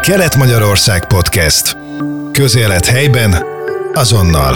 Kelet-Magyarország Podcast. Közélet helyben, azonnal.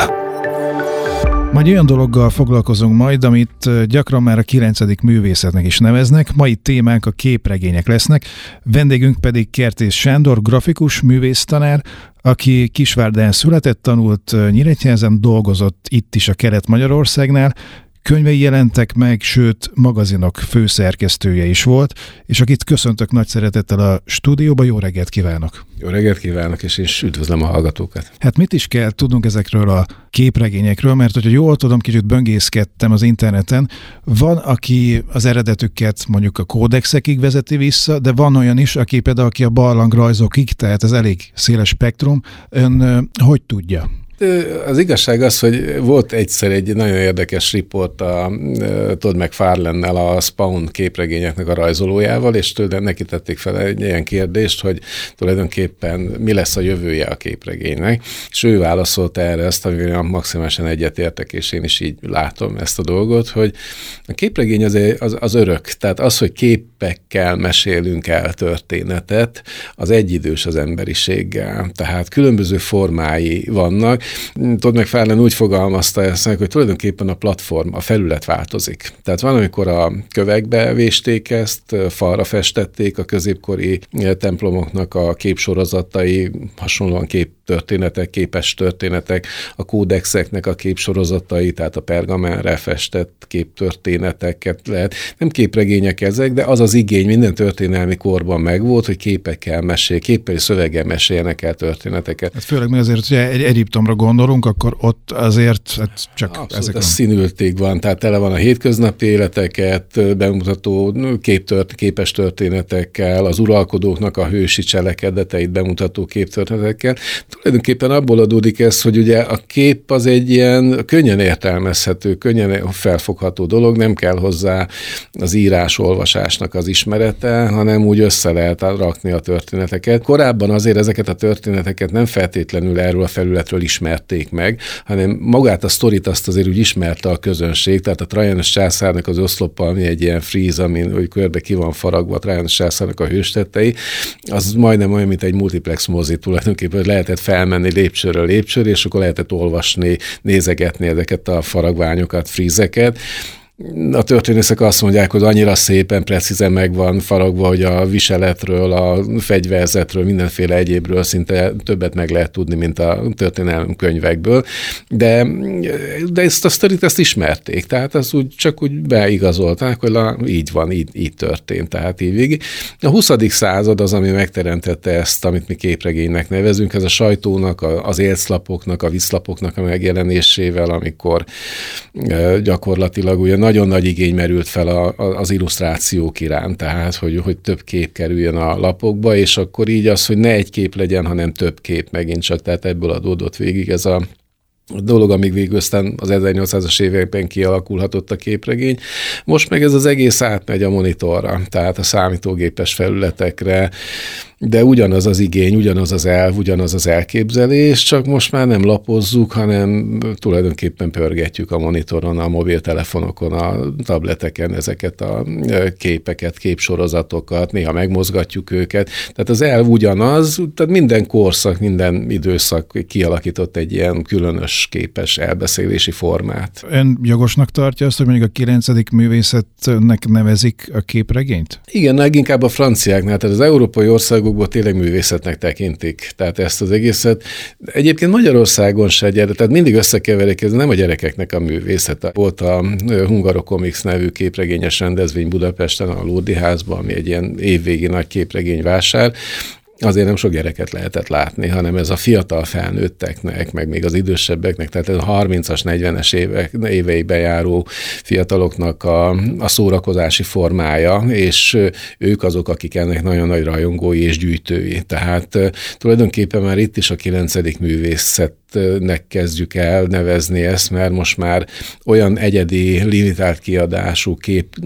Majd olyan dologgal foglalkozunk majd, amit gyakran már a 9. művészetnek is neveznek. Mai témánk a képregények lesznek, vendégünk pedig Kertész Sándor, grafikus, művésztanár, aki Kisvárdán született, tanult Nyíregyházán, dolgozott itt is a Kelet-Magyarországnál, könyvei jelentek meg, sőt, magazinok főszerkesztője is volt, és akit köszöntök nagy szeretettel a stúdióba. Jó reggelt kívánok! Jó reggelt kívánok, és én üdvözlöm a hallgatókat! Hát mit is kell tudnunk ezekről a képregényekről, mert hogyha jól tudom, kicsit böngészkedtem az interneten, van, aki az eredetüket mondjuk a kódexekig vezeti vissza, de van olyan is, aki például a barlangrajzokig, tehát ez elég széles spektrum. Ön hogy tudja? Az igazság az, hogy volt egyszer egy nagyon érdekes riport a Todd McFarlane-nel, a Spawn képregényeknek a rajzolójával, és tőle neki tették fel egy ilyen kérdést, hogy tulajdonképpen mi lesz a jövője a képregénynek, és ő válaszolt erre azt, amivel maximálisan egyetértek, és én is így látom ezt a dolgot, hogy a képregény az örök, tehát az, hogy képekkel mesélünk el történetet, az egyidős az emberiséggel, tehát különböző formái vannak. Todd McFarlane úgy fogalmazta ezt, hogy tulajdonképpen a platform, a felület változik. Tehát van, amikor a kövekbe vésték ezt, falra festették, a középkori templomoknak a képsorozatai, hasonlóan képtörténetek, képes történetek, a kódexeknek a képsorozatai, tehát a pergamenre festett képtörténeteket lehet. Nem képregények ezek, de az az igény minden történelmi korban megvolt, hogy képpel szöveggel meséljenek el történeteket. Hát főleg mi azért, hogy egy Egyiptomra gondolunk, akkor ott azért csak abszolút, ezek a színülték van, tehát tele van a hétköznapi életeket bemutató képes történetekkel, az uralkodóknak a hősi cselekedeteit bemutató képtörténetekkel. Tulajdonképpen abból adódik ez, hogy ugye a kép az egy ilyen könnyen értelmezhető, könnyen felfogható dolog, nem kell hozzá az írás-olvasásnak az ismerete, hanem úgy össze lehet rakni a történeteket. Korábban azért ezeket a történeteket nem feltétlenül erről a felületről ismerték meg, hanem magát a sztorit azt azért úgy ismerte a közönség, tehát a Trajanus császárnak az oszloppal, ami egy ilyen fríz, amin hogy körbe ki van faragva a Trajanus császárnak a hőstettei, az majdnem olyan, mint egy multiplex mozi tulajdonképpen, hogy lehetett felmenni lépcsőről lépcsőre, és akkor lehetett olvasni, nézegetni ezeket a faragványokat, frízeket. A történészek azt mondják, hogy annyira szépen, precízen meg van faragva, hogy a viseletről, a fegyverzetről, mindenféle egyébről szinte többet meg lehet tudni, mint a történelmi könyvekből. De ezt a sztorit ezt ismerték, tehát az csak úgy beigazolták, hogy így van, így történt, tehát így végig. A 20. század az, ami megteremtette ezt, amit mi képregénynek nevezünk, ez a sajtónak, az élclapoknak, a viszlapoknak a megjelenésével, amikor gyakorlatilag ugye nagyon nagy igény merült fel az illusztrációk iránt, tehát hogy több kép kerüljön a lapokba, és akkor így az, hogy ne egy kép legyen, hanem több kép megint csak, tehát ebből adódott végig ez a dolog, amíg végül aztán az 1800-as években kialakulhatott a képregény. Most meg ez az egész átmegy a monitorra, tehát a számítógépes felületekre, de ugyanaz az igény, ugyanaz az elv, ugyanaz az elképzelés, csak most már nem lapozzuk, hanem tulajdonképpen pörgetjük a monitoron, a mobiltelefonokon, a tableteken ezeket a képeket, képsorozatokat, néha megmozgatjuk őket. Tehát az elv ugyanaz, tehát minden korszak, minden időszak kialakított egy ilyen különös képes elbeszélési formát. Ön jogosnak tartja azt, hogy mondjuk a 9. művészetnek nevezik a képregényt? Igen, leginkább a franciáknál, tehát az európai országokból tényleg művészetnek tekintik. Tehát ezt az egészet. Egyébként Magyarországon se tehát mindig összekeverik, ez nem a gyerekeknek a művészete. Volt a Hungarocomics nevű képregényes rendezvény Budapesten, a Lódi házban, ami egy ilyen évvégi nagy képregényvásár. Azért nem sok gyereket lehetett látni, hanem ez a fiatal felnőtteknek, meg még az idősebbeknek, tehát ez a 30-as, 40-es éveiben járó fiataloknak a szórakozási formája, és ők azok, akik ennek nagyon nagy rajongói és gyűjtői. Tehát tulajdonképpen már itt is a 9. művészet művészetnek kezdjük el nevezni ezt, mert most már olyan egyedi, limitált kiadású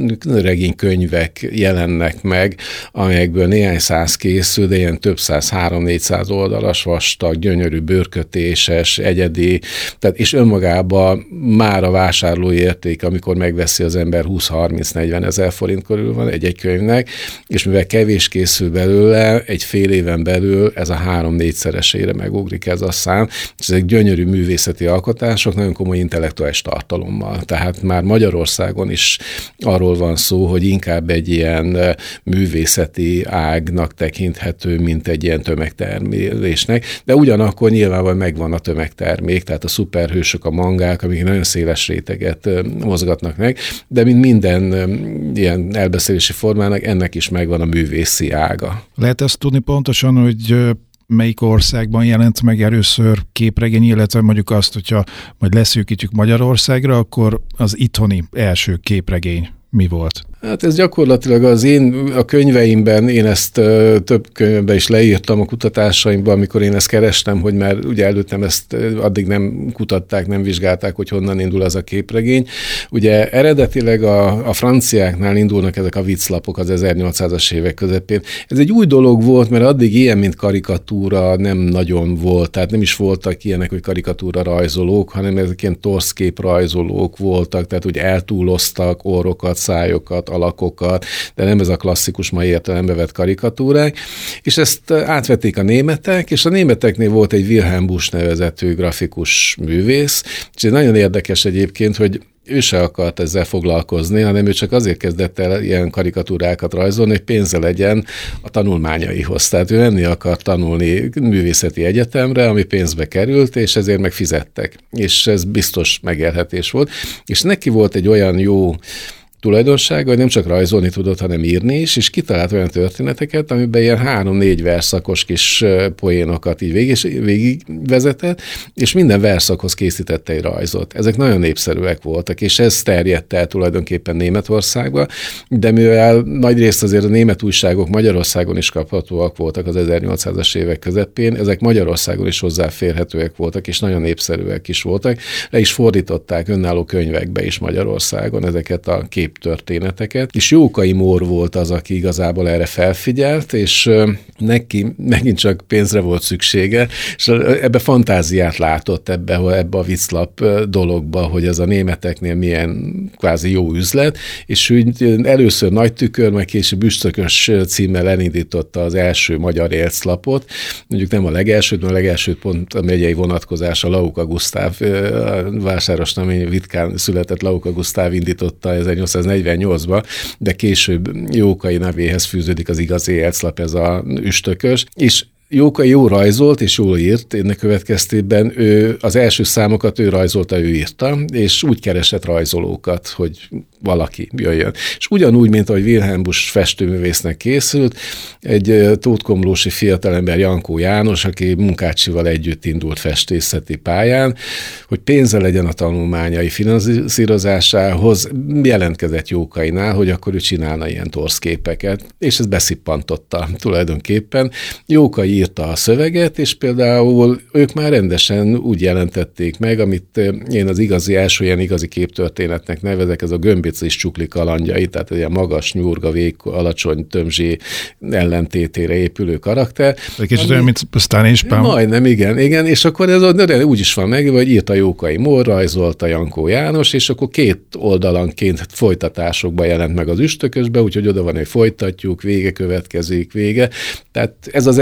regénykönyvek jelennek meg, amelyekből néhány száz készül, de ilyen több száz, 300-400 oldalas, vastag, gyönyörű, bőrkötéses, egyedi, tehát és önmagában már a vásárlói érték, amikor megveszi az ember 20-30-40 ezer forint körül van egy könyvnek, és mivel kevés készül belőle, egy fél éven belül ez a 3-4-szeresére megugrik ez a szám, és ezek gyönyörű művészeti alkotások, nagyon komoly intellektuális tartalommal. Tehát már Magyarországon is arról van szó, hogy inkább egy ilyen művészeti ágnak tekinthető, mint egy ilyen tömegtermelésnek, de ugyanakkor nyilvánvalóan megvan a tömegtermék, tehát a szuperhősök, a mangák, amik nagyon széles réteget mozgatnak meg, de mint minden ilyen elbeszélési formának, ennek is megvan a művészi ága. Lehet ezt tudni pontosan, hogy melyik országban jelent meg először képregény, illetve mondjuk azt, hogyha majd leszűkítjük Magyarországra, akkor az itthoni első képregény mi volt? Hát ez gyakorlatilag a könyveimben, én ezt több könyvben is leírtam a kutatásaimban, amikor én ezt kerestem, hogy már ugye előttem ezt addig nem kutatták, nem vizsgálták, hogy honnan indul ez a képregény. Ugye eredetileg a franciáknál indulnak ezek a vicclapok az 1800-as évek közepén. Ez egy új dolog volt, mert addig ilyen, mint karikatúra nem nagyon volt, tehát nem is voltak ilyenek, hogy karikatúra rajzolók, hanem ezek ilyen torszkép rajzolók voltak, tehát úgy eltúloztak orrokat, szájokat, alakokat, de nem ez a klasszikus mai értelembe vett karikatúrák, és ezt átvették a németek, és a németeknél volt egy Wilhelm Busch nevezetű grafikus művész, és ez nagyon érdekes egyébként, hogy ő se akart ezzel foglalkozni, hanem ő csak azért kezdett el ilyen karikatúrákat rajzolni, hogy pénze legyen a tanulmányaihoz. Tehát ő menni akart tanulni művészeti egyetemre, ami pénzbe került, és ezért megfizettek. És ez biztos megélhetés volt. És neki volt egy olyan jó tulajdonsága, hogy nem csak rajzolni tudott, hanem írni is, és kitalált olyan történeteket, amiben ilyen 3-4 verszakos kis poénokat így végigvezetett, és minden verszakhoz készítette egy rajzot. Ezek nagyon népszerűek voltak, és ez terjedt el tulajdonképpen Németországba, de mivel nagyrészt azért a német újságok Magyarországon is kaphatóak voltak az 1800-as évek közepén, ezek Magyarországon is hozzáférhetőek voltak, és nagyon népszerűek is voltak. Le is fordították önálló könyvekbe is Magyarországon ezeket a történeteket, és Jókai Mór volt az, aki igazából erre felfigyelt, és neki megint csak pénzre volt szüksége, és ebbe fantáziát látott ebbe a vicclap dologba, hogy ez a németeknél milyen kvázi jó üzlet, és úgy először Nagy Tükör, meg később Üstökös címmel elindította az első magyar élclapot, mondjuk nem a legelsőt, mert a legelsőt pont a megyei vonatkozás a Lauka Gusztáv, Vásárosnamény Vitkán született Lauka Gusztáv indította 1848-ban, de később Jókai nevéhez fűződik az igazi élclap, ez a Üstökös, és Jókai jó rajzolt és jól írt, ennek következtében ő az első számokat ő rajzolta, ő írta, és úgy keresett rajzolókat, hogy valaki jöjjön. És ugyanúgy, mint ahogy Wilhelm Busch festőművésznek készült, egy tótkomlósi fiatalember, Jankó János, aki Munkácsival együtt indult festészeti pályán, hogy pénze legyen a tanulmányai finanszírozásához, jelentkezett Jókainál, hogy akkor ő csinálna ilyen torszképeket, és ez beszippantotta tulajdonképpen. Jókai írta a szöveget, és például ők már rendesen úgy jelentették meg, amit én az első ilyen igazi képtörténetnek nevezek, ez a Gömbécés Csukli kalandjai, tehát egy ilyen magas, nyúrga, alacsony tömzsi ellentétére épülő karakter. Egy kicsit olyan, mint Sztán és Pám. Majdnem, igen, és akkor ez úgy is van meg, hogy írta Jókai Mór, rajzolta Jankó János, és akkor 2 oldalanként folytatásokban jelent meg az Üstökösbe, úgyhogy oda van, hogy folytatjuk, vége következik, vége. Tehát ez az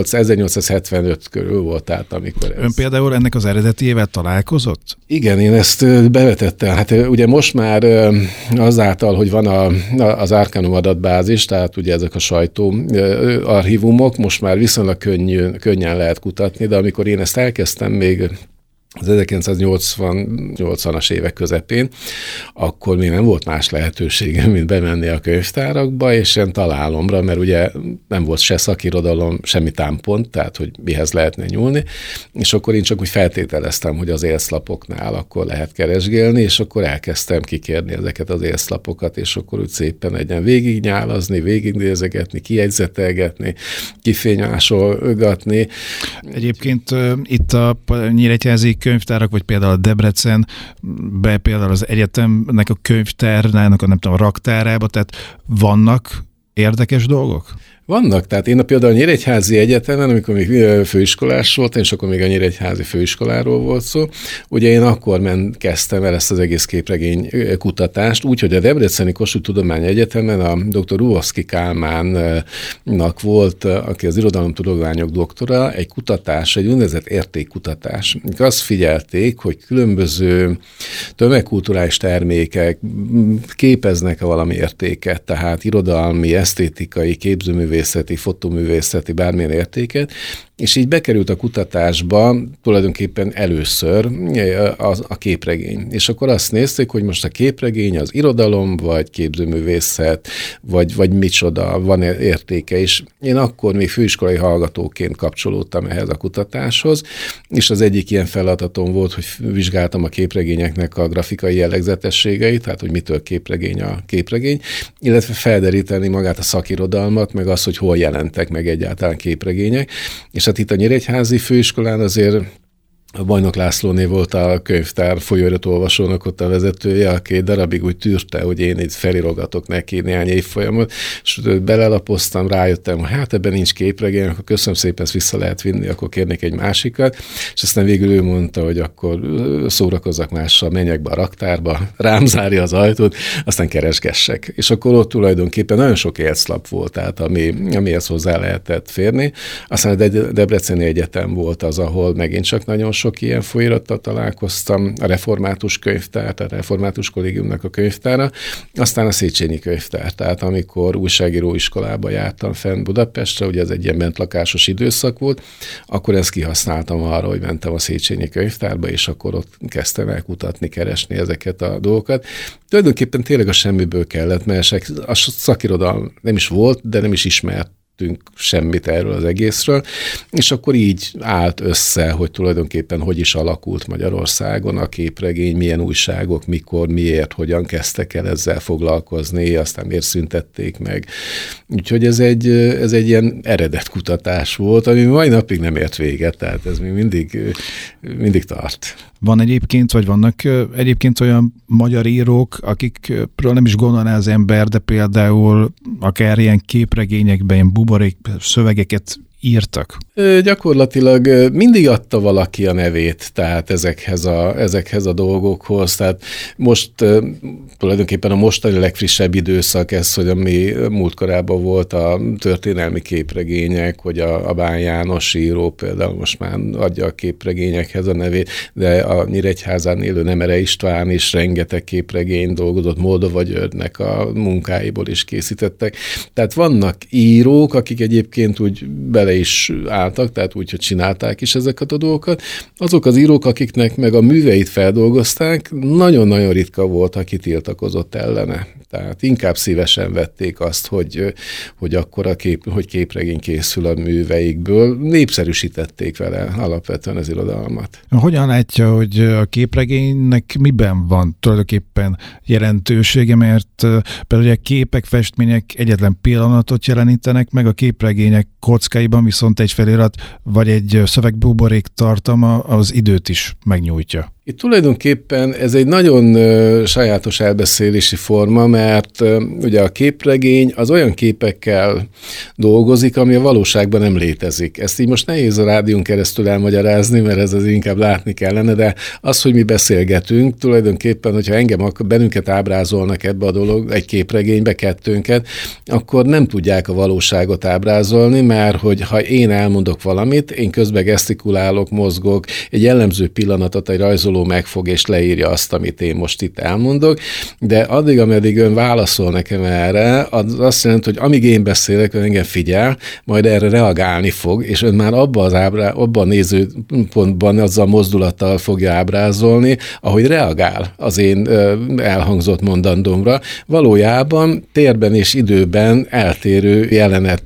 1875 körül volt, tehát amikor ez... Ön például ennek az eredetiével találkozott? Igen, én ezt bevetettem. Hát ugye most már azáltal, hogy van az Arcanum adatbázis, tehát ugye ezek a sajtó archívumok, most már viszonylag könnyen lehet kutatni, de amikor én ezt elkezdtem még az 1980-as évek közepén, akkor még nem volt más lehetőségem, mint bemenni a könyvtárakba, és ilyen találomra, mert ugye nem volt se szakirodalom, semmi támpont, tehát hogy mihez lehetne nyúlni, és akkor én csak úgy feltételeztem, hogy az élszlapoknál akkor lehet keresgélni, és akkor elkezdtem kikérni ezeket az élszlapokat, és akkor úgy szépen egyen végignyálazni, végignézegetni, kijegyzetelgetni, kifénymásolgatni. Egyébként itt a nyíregyházi könyvtárak, vagy például a Debrecen, például az egyetemnek a könyvtárnának, nem tudom, a raktárába, tehát vannak érdekes dolgok? Vannak, tehát én például a Nyíregyházi Egyetemen, amikor még főiskolás voltam, és akkor még a Nyíregyházi főiskoláról volt szó, ugye én akkor kezdtem el ezt az egész képregény kutatást, úgyhogy a Debreceni Kossuth Tudományegyetemen a dr. Ruhovszky Kálmánnak volt, aki az irodalomtudományok doktora, egy kutatás, egy úgynevezett értékkutatás. Azt figyelték, hogy különböző tömegkulturális termékek képeznek-e valami értéket, tehát irodalmi, esztétikai, képzőművészeti, fotóművészeti, bármilyen értéket, és így bekerült a kutatásba tulajdonképpen először a képregény. És akkor azt nézték, hogy most a képregény az irodalom, vagy képzőművészet, vagy micsoda, van értéke. És én akkor még főiskolai hallgatóként kapcsolódtam ehhez a kutatáshoz, és az egyik ilyen feladatom volt, hogy vizsgáltam a képregényeknek a grafikai jellegzetességeit, tehát hogy mitől képregény a képregény, illetve felderíteni magát a szakirodalmat, meg azt, hogy hol jelentek meg egyáltalán képregények. És hát itt a Nyíregyházi főiskolán azért a Bajnok Lászlóné volt a könyvtár folyóirat olvasónak ott a vezetője, aki egy darabig úgy tűrte, hogy én itt felirogatok neki néhány évfolyamot, és belelapoztam, rájöttem, hogy hát ebben nincs képregény, akkor köszönöm szépen, ezt vissza lehet vinni, akkor kérnék egy másikat, és aztán végül ő mondta, hogy akkor szórakozzak mással, menjek be a raktárba, rám zárja az ajtót, aztán keresgessek. És akkor ott tulajdonképpen nagyon sok élszlap volt, tehát amihez hozzá lehetett férni. Aztán a Debreceni Egyetem volt az, ahol megint csak nagyon sok ilyen folyirattal találkoztam, a Református Könyvtár, a Református Kollégiumnak a könyvtára, aztán a Széchenyi Könyvtár, tehát amikor újságíró iskolába jártam fenn Budapestre, ugye ez egy ilyen bentlakásos időszak volt, akkor ezt kihasználtam arra, hogy mentem a Széchenyi Könyvtárba, és akkor ott kezdtem el kutatni, keresni ezeket a dolgokat. Tulajdonképpen tényleg a semmiből kellett, mert a szakirodalom nem is volt, de nem is ismert semmit erről az egészről, és akkor így állt össze, hogy tulajdonképpen hogy is alakult Magyarországon a képregény, milyen újságok, mikor, miért, hogyan kezdtek el ezzel foglalkozni, aztán miért szüntették meg. Úgyhogy ez egy ilyen eredet kutatás volt, ami mai napig nem ért véget, tehát ez még mindig tart. Van egyébként, vagy vannak egyébként olyan magyar írók, akikről nem is gondolná az ember, de például akár ilyen képregényekben, ilyen buborék szövegeket írtak? Gyakorlatilag mindig adta valaki a nevét, tehát ezekhez a dolgokhoz. Tehát most tulajdonképpen a mostani legfrissebb időszak ez, hogy ami múltkorában volt a történelmi képregények, hogy a Bán János író például most már adja a képregényekhez a nevét, de a Nyíregyházán élő Nemere István is rengeteg képregény dolgozott, Moldova Györgynek a munkáiból is készítettek. Tehát vannak írók, akik egyébként úgy bele is álltak, tehát úgy, hogy csinálták is ezeket a dolgokat. Azok az írók, akiknek meg a műveit feldolgozták, nagyon-nagyon ritka volt, aki tiltakozott ellene. Tehát inkább szívesen vették azt, hogy akkor hogy képregény készül a műveikből. Népszerűsítették vele alapvetően az irodalmat. Hogyan látja, hogy a képregénynek miben van tulajdonképpen jelentősége, mert például a képek, festmények egyetlen pillanatot jelenítenek meg, a képregények kockáiban viszont egy felirat vagy egy szövegbuborék tartalma az időt is megnyújtja. Itt tulajdonképpen ez egy nagyon sajátos elbeszélési forma, mert ugye a képregény az olyan képekkel dolgozik, ami a valóságban nem létezik. Ezt így most nehéz a rádión keresztül elmagyarázni, mert ez az inkább látni kellene, de az, hogy mi beszélgetünk, tulajdonképpen, hogyha bennünket ábrázolnak ebbe a dolog, egy képregénybe kettőnket, akkor nem tudják a valóságot ábrázolni, mert hogy ha én elmondok valamit, én közben gesztikulálok, mozgok, egy jellemző pillanatot egy rajzoló rajzoló megfog és leírja azt, amit én most itt elmondok, de addig, ameddig ön válaszol nekem erre, az azt jelenti, hogy amíg én beszélek, ön engem figyel, majd erre reagálni fog, és ön már abban a nézőpontban azzal mozdulattal fogja ábrázolni, ahogy reagál az én elhangzott mondandómra. Valójában térben és időben eltérő jelenet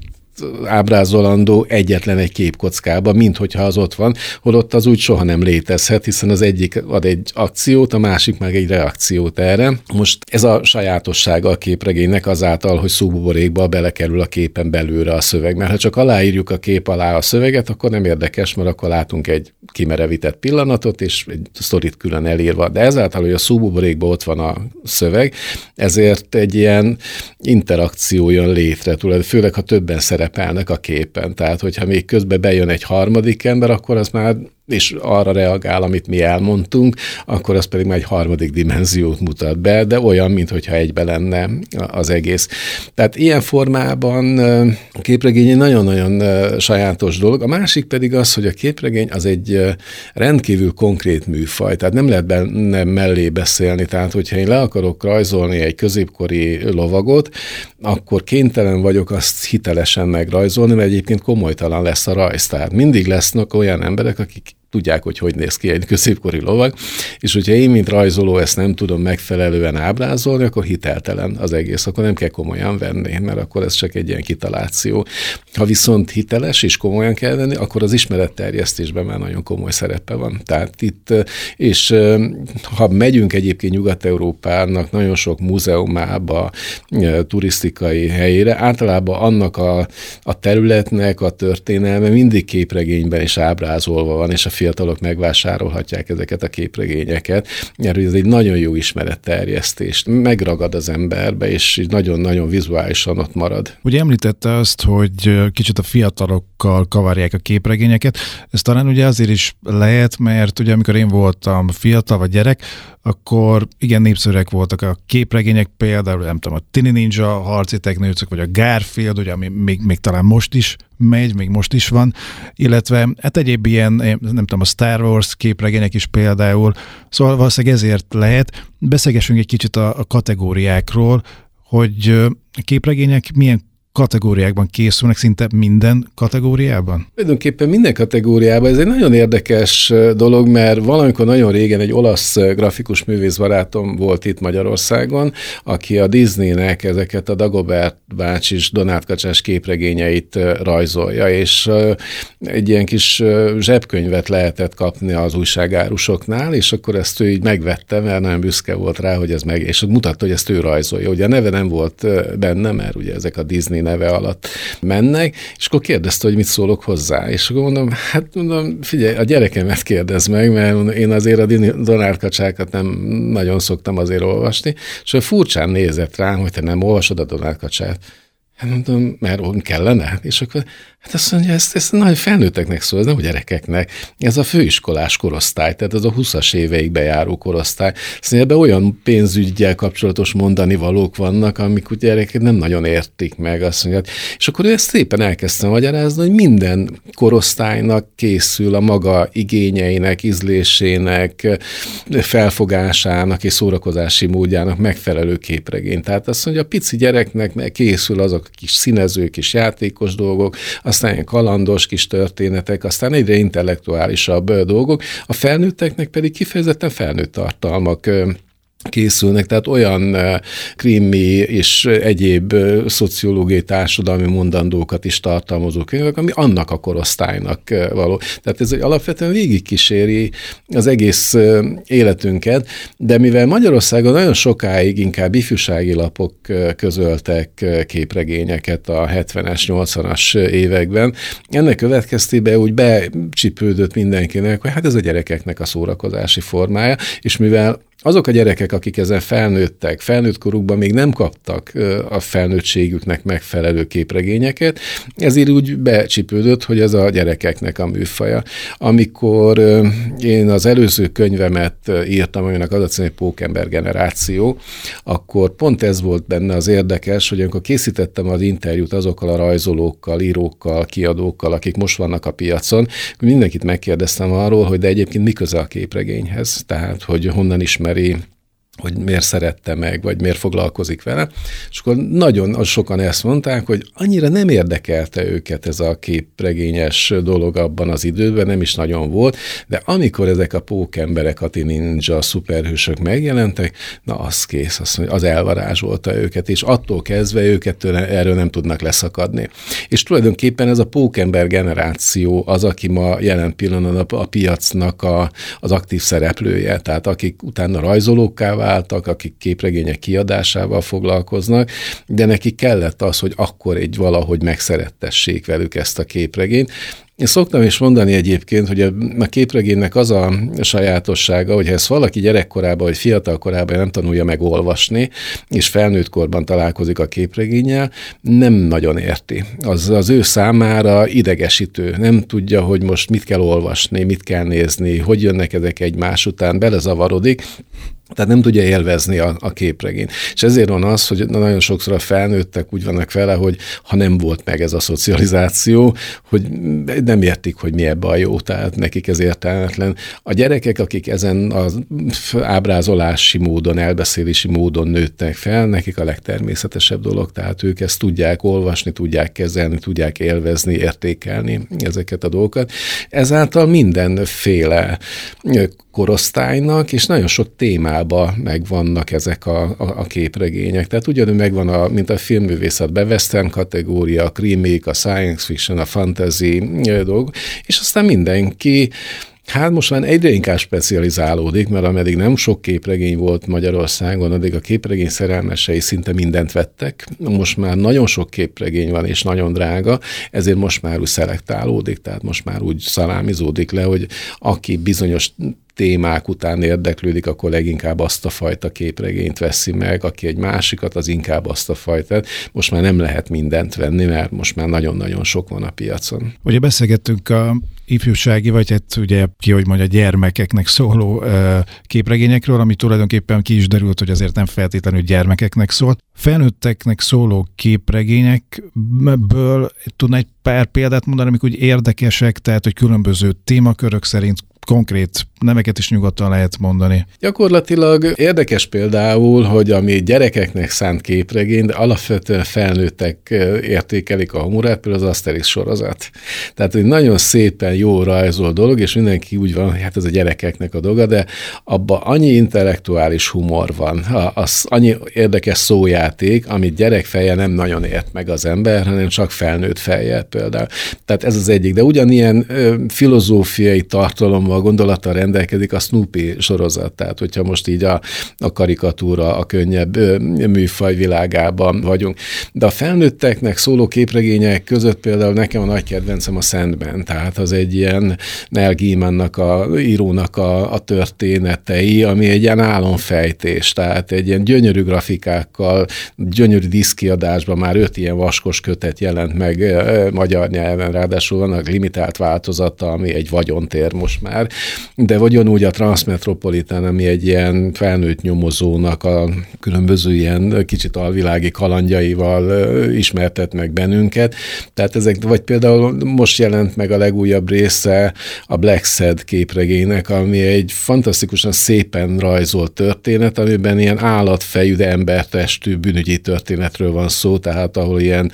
ábrázolandó egyetlen egy képkockában, mint hogyha az ott van, holott az úgy soha nem létezhet, hiszen az egyik ad egy akciót, a másik meg egy reakciót erre. Most ez a sajátossága a képregénynek azáltal, hogy szóbuborékba belekerül a képen belőle a szöveg, mert ha csak aláírjuk a kép alá a szöveget, akkor nem érdekes, mert akkor látunk egy kimerevített pillanatot, és egy sztorit külön elírva. De ezáltal, hogy a szóbuborékban ott van a szöveg, ezért egy ilyen interakció jön létre, főleg ha többen szerepelnek a képen. Tehát, hogyha még közben bejön egy harmadik ember, akkor az már és arra reagál, amit mi elmondtunk, akkor az pedig már egy harmadik dimenziót mutat be, de olyan, mintha egybe lenne az egész. Tehát ilyen formában a képregény egy nagyon-nagyon sajátos dolog. A másik pedig az, hogy a képregény az egy rendkívül konkrét műfaj, tehát nem lehet benne mellé beszélni, tehát hogyha én le akarok rajzolni egy középkori lovagot, akkor kénytelen vagyok azt hitelesen megrajzolni, mert egyébként komolytalan lesz a rajz. Tehát mindig lesznek olyan emberek, akik tudják, hogy néz ki egy középkori lovag, és hogyha én, mint rajzoló ezt nem tudom megfelelően ábrázolni, akkor hiteltelen az egész, akkor nem kell komolyan venni, mert akkor ez csak egy ilyen kitaláció. Ha viszont hiteles és komolyan kell venni, akkor az ismeretterjesztésben már nagyon komoly szerepe van. Tehát itt, és ha megyünk egyébként Nyugat-Európának nagyon sok múzeumába, turisztikai helyére, általában annak a területnek a történelme mindig képregényben is ábrázolva van, és a fiatalok megvásárolhatják ezeket a képregényeket, mert ez egy nagyon jó ismeretterjesztés. Megragad az emberbe, és nagyon-nagyon vizuálisan ott marad. Ugye említette azt, hogy kicsit a fiatalokkal kavarják a képregényeket. Ez talán ugye azért is lehet, mert ugye amikor én voltam fiatal vagy gyerek, akkor igen népszerűek voltak a képregények, például nem tudom, a Tini Ninja, a Harci Teknőcök, vagy a Garfield, ugye, ami még talán most is megy, még most is van, illetve hát egyéb ilyen, nem tudom, a Star Wars képregények is például, szóval valószínűleg ezért lehet. Beszélgessünk egy kicsit a kategóriákról, hogy a képregények milyen kategóriákban készülnek, szinte minden kategóriában? Tulajdonképpen minden kategóriában. Ez egy nagyon érdekes dolog, mert valamikor nagyon régen egy olasz grafikus művész barátom volt itt Magyarországon, aki a Disneynek ezeket a Dagobert bácsis, Donát Kacsás képregényeit rajzolja, és egy ilyen kis zsebkönyvet lehetett kapni az újságárusoknál, és akkor ezt ő így megvette, mert nagyon büszke volt rá, hogy ez meg, és mutatta, hogy ezt ő rajzolja. Ugye a neve nem volt benne, mert ugye ezek a Disney neve alatt mennek, és akkor kérdezte, hogy mit szólok hozzá. És akkor mondom, figyelj, a gyerekemet kérdezd meg, mert én azért a Donát Kacsákat nem nagyon szoktam azért olvasni, és akkor furcsán nézett rám, hogy te nem olvasod a Donát Kacsát. Hát mondom, mert kellene? És akkor hát azt mondja, ezt nagyon felnőtteknek szól, ez nem a gyerekeknek. Ez a főiskolás korosztály, tehát ez a 20-as éveikbe járó korosztály. Szóval ebben olyan pénzüggyel kapcsolatos mondani valók vannak, amik ugye gyerekek nem nagyon értik meg. Azt mondja. És akkor ő ezt szépen elkezdte magyarázni, hogy minden korosztálynak készül a maga igényeinek, ízlésének, felfogásának és szórakozási módjának megfelelő képregény. Tehát azt mondja, a pici gyereknek készül azok a kis színező, kis játékos dolgok, aztán ilyen kalandos kis történetek, aztán egyre intellektuálisabb dolgok, a felnőtteknek pedig kifejezetten felnőtt tartalmak készülnek, tehát olyan krimi és egyéb szociológiai társadalmi mondandókat is tartalmazó könyvek, ami annak a korosztálynak való. Tehát ez alapvetően végigkíséri az egész életünket, de mivel Magyarországon nagyon sokáig inkább ifjúsági lapok közöltek képregényeket a 70-es, 80-as években, ennek következtében úgy becsipődött mindenkinek, hogy hát ez a gyerekeknek a szórakozási formája, és mivel Azok a gyerekek, akik ezen felnőttek, felnőtt korukban még nem kaptak a felnőttségüknek megfelelő képregényeket, ezért úgy becsipődött, hogy ez a gyerekeknek a műfaja. Amikor én az előző könyvemet írtam, aminek az a cím, hogy Pókember generáció, akkor pont ez volt benne az érdekes, hogy amikor készítettem az interjút azokkal a rajzolókkal, írókkal, kiadókkal, akik most vannak a piacon, mindenkit megkérdeztem arról, hogy de egyébként mi köze a képregényhez, tehát hogy honnan ismeri, hogy miért szerette meg, vagy miért foglalkozik vele. És akkor nagyon sokan ezt mondták, hogy annyira nem érdekelte őket ez a képregényes dolog abban az időben, nem is nagyon volt, de amikor ezek a pókemberek, a ninja, szuperhősök megjelentek, na az kész, az elvarázsolta őket, és attól kezdve őket erről nem tudnak leszakadni. És tulajdonképpen ez a pókember generáció az, aki ma jelen pillanatban a piacnak az aktív szereplője, tehát akik utána rajzolókká váltak, akik képregények kiadásával foglalkoznak, de neki kellett az, hogy akkor valahogy megszerettessék velük ezt a képregényt. Én szoktam is mondani egyébként, hogy a képregénynek az a sajátossága, hogy ha ezt valaki gyerekkorában vagy fiatal korában nem tanulja meg olvasni, és felnőtt korban találkozik a képregénnyel, nem nagyon érti. Az ő számára idegesítő. Nem tudja, hogy most mit kell olvasni, mit kell nézni, hogy jönnek ezek egymás után, belezavarodik, tehát nem tudja élvezni a képregényt. És ezért van az, hogy nagyon sokszor a felnőttek úgy vannak vele, hogy ha nem volt meg ez a szocializáció, hogy nem értik, hogy mi ebbe a jó, tehát nekik ez értelmetlen. A gyerekek, akik ezen az ábrázolási módon, elbeszélési módon nőttek fel, nekik a legtermészetesebb dolog, tehát ők ezt tudják olvasni, tudják kezelni, tudják élvezni, értékelni ezeket a dolgokat. Ezáltal mindenféle korosztálynak, és nagyon sok témában megvannak ezek a képregények. Tehát ugyanúgy megvan, mint a filmművészetben, western kategória, a krimik, a science fiction, a fantasy dolgok, és aztán mindenki most már egyre inkább specializálódik, mert ameddig nem sok képregény volt Magyarországon, addig a képregény szerelmesei szinte mindent vettek. Most már nagyon sok képregény van, és nagyon drága, ezért most már úgy szelektálódik, tehát most már úgy szalámizódik le, hogy aki bizonyos témák után érdeklődik, akkor leginkább azt a fajta képregényt veszi meg, aki egy másikat, az inkább azt a fajtát. Most már nem lehet mindent venni, mert most már nagyon-nagyon sok van a piacon. Ugye beszélgettünk a ifjúsági, vagy hát ugye hogy mondja, gyermekeknek szóló képregényekről, ami tulajdonképpen ki is derült, hogy azért nem feltétlenül gyermekeknek szól. Felnőtteknek szóló képregényekből tudna egy pár példát mondani, amik úgy érdekesek, tehát hogy különböző témakörök szerint konkrét neveket is nyugodtan lehet mondani. Gyakorlatilag érdekes például, hogy ami gyerekeknek szánt képregény, de alapvetően felnőttek értékelik a humorát, például az Asterix sorozat. Tehát egy nagyon szépen jó rajzol dolog, és mindenki úgy van, hogy hát ez a gyerekeknek a dolga, de abban annyi intellektuális humor van, az annyi érdekes szójáték, amit gyerekfejjel nem nagyon ért meg az ember, hanem csak felnőtt fejjel például. Tehát ez az egyik, de ugyanilyen filozófiai tartalommal, gondolattal rendelkezik a Snoopy sorozat. Tehát, hogyha most így a karikatúra, a könnyebb műfaj világában vagyunk. De a felnőtteknek szóló képregények között például nekem a nagy kedvencem a Sandman. Tehát az egy ilyen Neil Gaimannak, írónak a történetei, ami egy ilyen álomfejtés. Tehát egy ilyen gyönyörű grafikákkal, gyönyörű diszkiadásban már 5 ilyen vaskos kötet jelent meg magyar nyelven, ráadásul vannak limitált változata, ami egy vagyontér most már. De ugyanúgy a Transmetropolitan, ami egy ilyen felnőtt nyomozónak a különböző ilyen kicsit alvilági kalandjaival ismertet meg bennünket. Tehát ezek, vagy például most jelent meg a legújabb része a Black Sad képregénynek, ami egy fantasztikusan szépen rajzolt történet, amiben ilyen állatfejű, de embertestű bűnügyi történetről van szó, tehát ahol ilyen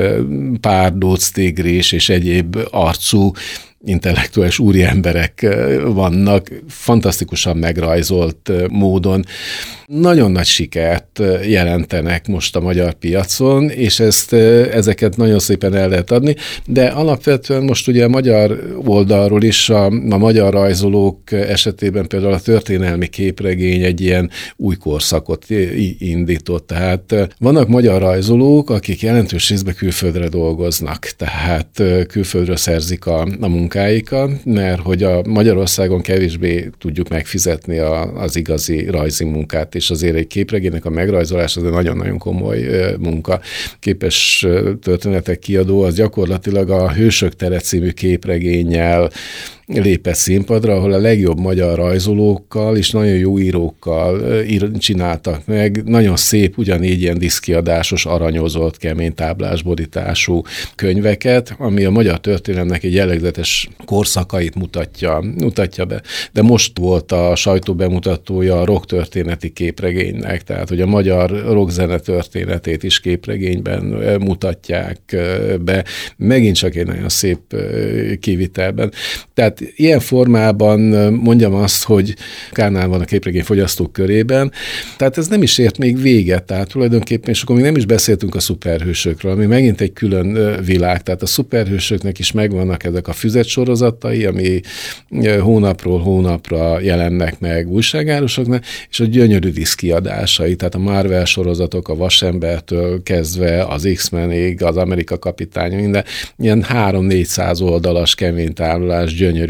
párdóc, tigris és egyéb arcú intellektuális úriemberek vannak, fantasztikusan megrajzolt módon. Nagyon nagy sikert jelentenek most a magyar piacon, és ezeket nagyon szépen el lehet adni, de alapvetően most ugye a magyar oldalról is a magyar rajzolók esetében például a történelmi képregény egy ilyen új korszakot indított. Tehát vannak magyar rajzolók, akik jelentős részben külföldre dolgoznak, tehát külföldről szerzik a munkájukat, munkáikat, mert hogy a Magyarországon kevésbé tudjuk megfizetni az igazi rajzi munkát, és azért egy képregénynek a megrajzolása az egy nagyon-nagyon komoly munka. Képes történetek kiadó az gyakorlatilag a Hősök tere című képregénnyel lépett színpadra, ahol a legjobb magyar rajzolókkal és nagyon jó írókkal csináltak meg. Nagyon szép, ugyanígy ilyen diszkiadásos, aranyozott, kemény táblás borítású könyveket, ami a magyar történelemnek egy jellegzetes korszakait mutatja be. De most volt a sajtóbemutatója a rocktörténeti képregénynek, tehát hogy a magyar rockzene történetét is képregényben mutatják be. Megint csak egy nagyon szép kivitelben. Tehát ilyen formában mondjam azt, hogy Kánál van a képregény fogyasztók körében, tehát ez nem is ért még véget, tehát tulajdonképpen, és akkor még nem is beszéltünk a szuperhősökről, ami megint egy külön világ, tehát a szuperhősöknek is megvannak ezek a füzetsorozatai, ami hónapról hónapra jelennek meg újságárusoknak, és a gyönyörű diszkiadásai, tehát a Marvel sorozatok, a Vasembertől kezdve az X-menig, az Amerika kapitánya, minden ilyen 300-400 oldalas kemény táblás, gyönyörű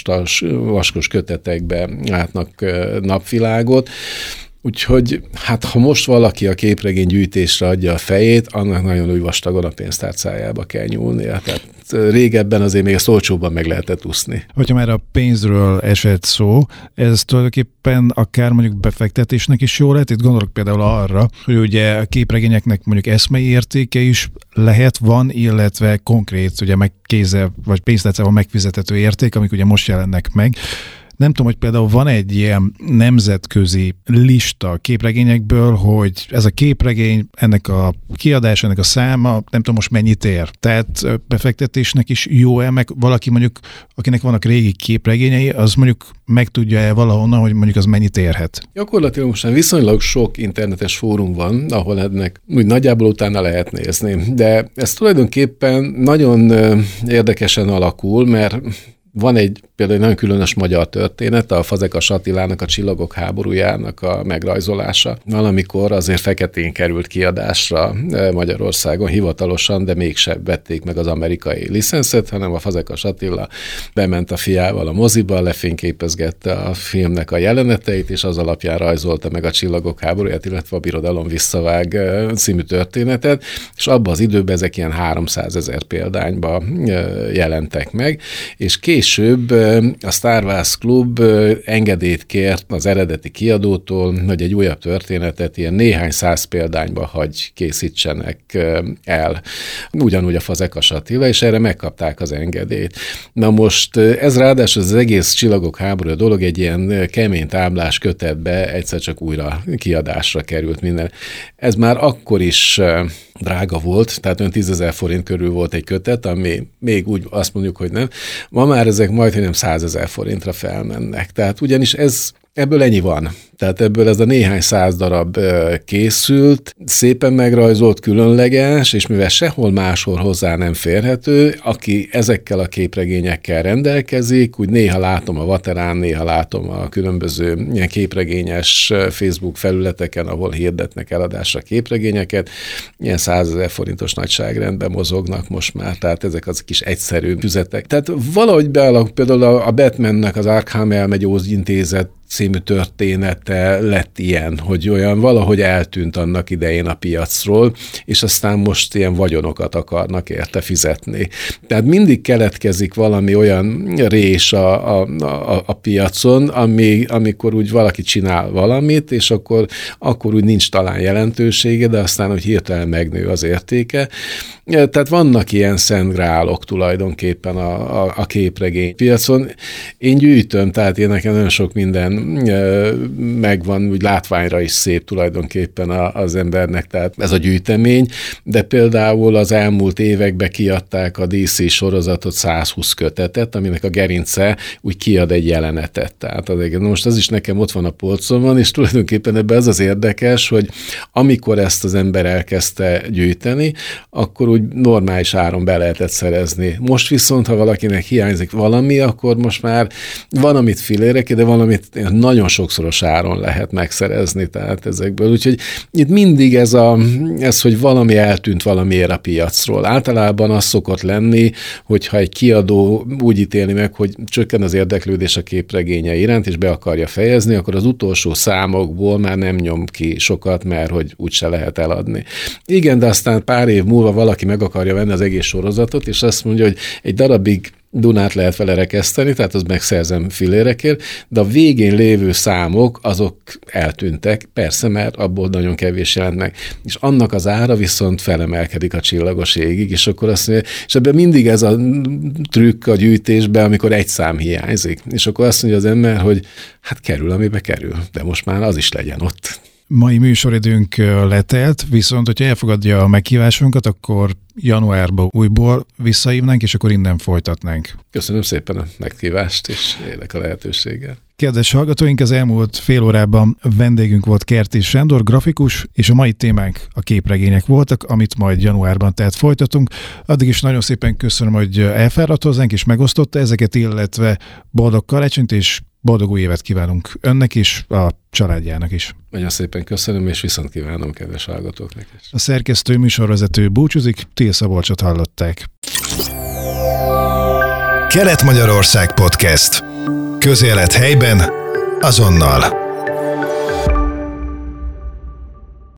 vaskos kötetekbe látnak napvilágot. Úgyhogy hát ha most valaki a képregény gyűjtésre adja a fejét, annak nagyon úgy vastagon a pénztárcájába kell nyúlnia. Tehát régebben azért még ezt olcsóbban meg lehetett úszni. Hogyha már a pénzről esett szó, ez tulajdonképpen akár mondjuk befektetésnek is jó lehet. Itt gondolok például arra, hogy ugye a képregényeknek mondjuk eszmei értéke is van, illetve konkrét, ugye meg kézzel vagy pénztárcával megfizethető érték, amik ugye most jelennek meg. Nem tudom, hogy például van egy ilyen nemzetközi lista a képregényekből, hogy ez a képregény, ennek a kiadás, ennek a száma, nem tudom most mennyit ér. Tehát befektetésnek is jó-e, meg valaki mondjuk, akinek vannak régi képregényei, az mondjuk megtudja-e valahonnan, hogy mondjuk az mennyit érhet? Gyakorlatilag most viszonylag sok internetes fórum van, ahol ennek úgy nagyjából utána lehet nézni. De ez tulajdonképpen nagyon érdekesen alakul, mert van egy például egy nagyon különös magyar történet, a Fazekas Attilának a Csillagok háborújának a megrajzolása. Valamikor azért feketén került kiadásra Magyarországon hivatalosan, de mégsem vették meg az amerikai licenszet, hanem a Fazekas Attila bement a fiával a moziba, lefényképezgette a filmnek a jeleneteit, és az alapján rajzolta meg a Csillagok háborúját, illetve a Birodalom visszavág című történetet, és abban az időben ezek ilyen 300 000 példányba jelentek meg, és később a Star Wars Klub engedélyt kért az eredeti kiadótól, hogy egy újabb történetet ilyen néhány száz példányba hagy készítsenek el. Ugyanúgy a Fazekas Attila, és erre megkapták az engedélyt. Na most ez ráadásul az egész Csillagok háborúja dolog egy ilyen kemény táblás kötetbe egyszer csak újra kiadásra került minden. Ez már akkor is drága volt, tehát olyan 10 000 forint körül volt egy kötet, ami még úgy azt mondjuk, hogy nem. Ma már ezek majdnem 100 000 forintra felmennek. Tehát ugyanis ebből ennyi van. Tehát ebből ez a néhány száz darab készült, szépen megrajzolt, különleges, és mivel sehol máshol hozzá nem férhető, aki ezekkel a képregényekkel rendelkezik, úgy néha látom a Vaterán, néha látom a különböző ilyen képregényes Facebook felületeken, ahol hirdetnek eladásra képregényeket, ilyen 100 000 forintos nagyságrendben mozognak most már, tehát ezek az kis egyszerű füzetek. Tehát valahogy bealakul, például a Batmannek az Arkham Elmegyóz Intézet című története lett ilyen, hogy olyan valahogy eltűnt annak idején a piacról, és aztán most ilyen vagyonokat akarnak érte fizetni. Tehát mindig keletkezik valami olyan rés a piacon, amikor úgy valaki csinál valamit, és akkor úgy nincs talán jelentősége, de aztán úgy hirtelen megnő az értéke. Tehát vannak ilyen szent grálok tulajdonképpen a képregény piacon. Én gyűjtöm, tehát én nekem nagyon sok minden megvan, úgy látványra is szép tulajdonképpen az embernek, tehát ez a gyűjtemény, de például az elmúlt években kiadták a DC sorozatot 120 kötetet, aminek a gerince úgy kiad egy jelenetet. Tehát most az is nekem ott van a polcomon, és tulajdonképpen ebben az érdekes, hogy amikor ezt az ember elkezdte gyűjteni, akkor úgy normális áron be lehetett szerezni. Most viszont, ha valakinek hiányzik valami, akkor most már van, amit filérek, de valamit képregényeket nagyon sokszoros áron lehet megszerezni, tehát ezekből. Úgyhogy itt mindig ez, hogy valami eltűnt valamiért a piacról. Általában az szokott lenni, hogyha egy kiadó úgy ítéli meg, hogy csökken az érdeklődés a képregénye iránt, és be akarja fejezni, akkor az utolsó számokból már nem nyom ki sokat, mert hogy úgyse lehet eladni. Igen, de aztán pár év múlva valaki meg akarja venni az egész sorozatot, és azt mondja, hogy egy darabig Dunát lehet vele rekeszteni, tehát az megszerzem filérekért, de a végén lévő számok, azok eltűntek, persze, mert abból nagyon kevés jelent meg. És annak az ára viszont felemelkedik a csillagos égig, és akkor azt mondja, és ebben mindig ez a trükk a gyűjtésben, amikor egy szám hiányzik. És akkor azt mondja az ember, hogy hát kerül, amibe kerül, de most már az is legyen ott. Mai műsoridőnk letelt, viszont hogyha elfogadja a meghívásunkat, akkor januárban újból visszahívnánk, és akkor innen folytatnánk. Köszönöm szépen a meghívást, és élek a lehetőséggel. Kedves hallgatóink, az elmúlt fél órában vendégünk volt Kertész Sándor, grafikus, és a mai témánk a képregények voltak, amit majd januárban tehát folytatunk. Addig is nagyon szépen köszönöm, hogy elfáradt hozzánk, és megosztotta ezeket, illetve boldog karácsonyt, és boldog új évet kívánunk önnek is, a családjának is. Nagyon szépen köszönöm, és viszont kívánom kedves hallgatóknak is. A szerkesztő műsorvezető búcsúzik, Till Szabolcsot hallották. Kelet-Magyarország Podcast. Közélet helyben, azonnal.